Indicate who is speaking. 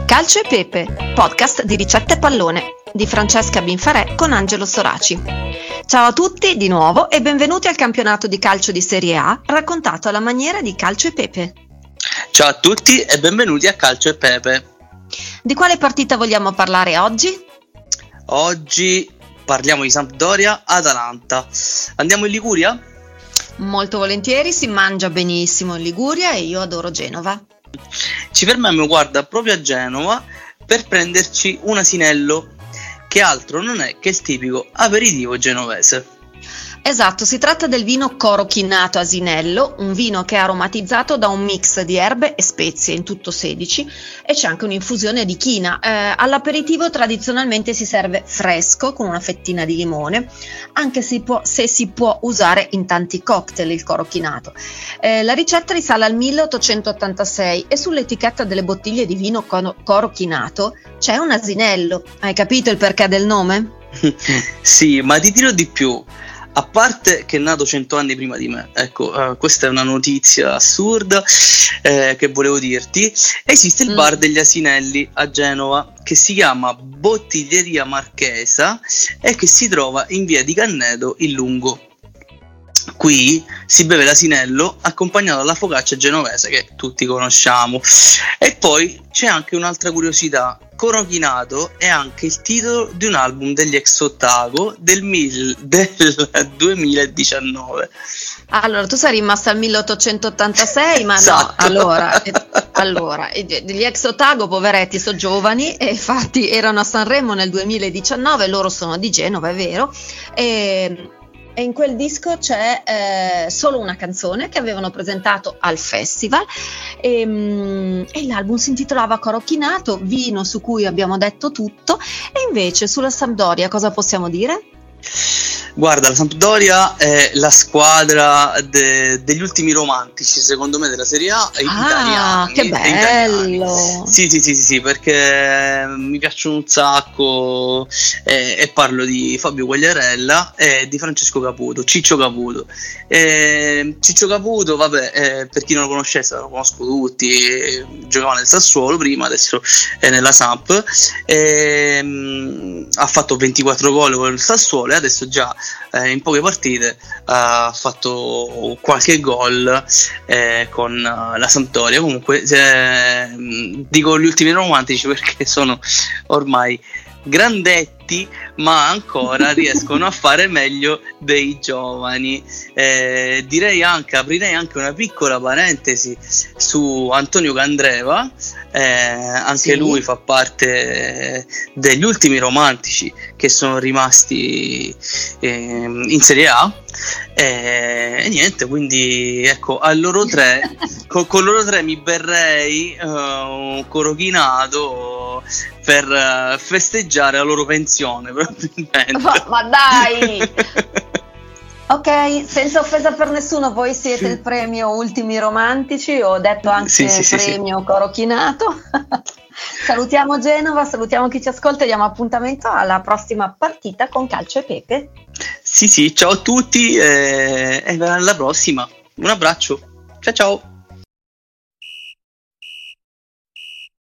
Speaker 1: Calcio e Pepe, podcast di ricette pallone di Francesca Binfarè con Angelo Soraci. Ciao a tutti di nuovo e benvenuti al campionato di calcio di Serie A raccontato alla maniera di Calcio e Pepe.
Speaker 2: Ciao a tutti e benvenuti a Calcio e Pepe.
Speaker 1: Di quale partita vogliamo parlare oggi?
Speaker 2: Oggi parliamo di Sampdoria-Atalanta. Andiamo in Liguria?
Speaker 1: Molto volentieri, si mangia benissimo in Liguria e io adoro Genova.
Speaker 2: Ci fermiamo, guarda, proprio a Genova per prenderci un asinello, che altro non è che il tipico aperitivo genovese.
Speaker 1: Esatto, si tratta del vino corochinato asinello, un vino che è aromatizzato da un mix di erbe e spezie, in tutto 16, e c'è anche un'infusione di china. All'aperitivo tradizionalmente si serve fresco con una fettina di limone, anche se si può usare in tanti cocktail il corochinato. La ricetta risale al 1886 e sull'etichetta delle bottiglie di vino corochinato c'è un asinello. Hai capito il perché del nome?
Speaker 2: Sì, ma ti dirò di più. A parte che è nato 100 anni prima di me, ecco, questa è una notizia assurda che volevo dirti. Esiste il bar degli asinelli a Genova che si chiama Bottiglieria Marchesa e che si trova in via di Cannedo in Lungo. Qui si beve l'asinello accompagnato dalla focaccia genovese che tutti conosciamo. E poi c'è anche un'altra curiosità: corochinato è anche il titolo di un album degli Ex Ottago del 2019.
Speaker 1: Allora, tu sei rimasta al 1886, ma
Speaker 2: esatto.
Speaker 1: No, allora, gli Ex Ottago, poveretti, sono giovani e infatti erano a Sanremo nel 2019, loro sono di Genova, è vero, e in quel disco c'è solo una canzone che avevano presentato al festival e l'album si intitolava Corochinato, vino su cui abbiamo detto tutto. E invece sulla Sampdoria cosa possiamo dire?
Speaker 2: Guarda, la Sampdoria è la squadra degli ultimi romantici, secondo me, della Serie A italiani.
Speaker 1: Che bello!
Speaker 2: Sì, perché mi piacciono un sacco e parlo di Fabio Quagliarella e di Francesco Caputo, Ciccio Caputo. Ciccio Caputo, vabbè, per chi non lo conoscesse, lo conosco tutti, giocava nel Sassuolo prima, adesso è nella Samp, ha fatto 24 gol con il Sassuolo e adesso già in poche partite ha fatto qualche gol con la Sampdoria. Comunque dico gli ultimi romantici perché sono ormai grandetti, ma ancora riescono a fare meglio dei giovani. Aprirei anche una piccola parentesi su Antonio Candreva, anche sì. Lui fa parte degli ultimi romantici che sono rimasti in Serie A. E niente, quindi ecco, a loro tre con loro tre mi berrei un corochinato per festeggiare la loro pensione, probabilmente.
Speaker 1: Ma dai! Ok, senza offesa per nessuno, voi siete il premio Ultimi Romantici, ho detto anche premio Corochinato. Salutiamo Genova, salutiamo chi ci ascolta e diamo appuntamento alla prossima partita con Calcio e Pepe.
Speaker 2: Sì, ciao a tutti e alla prossima. Un abbraccio. Ciao.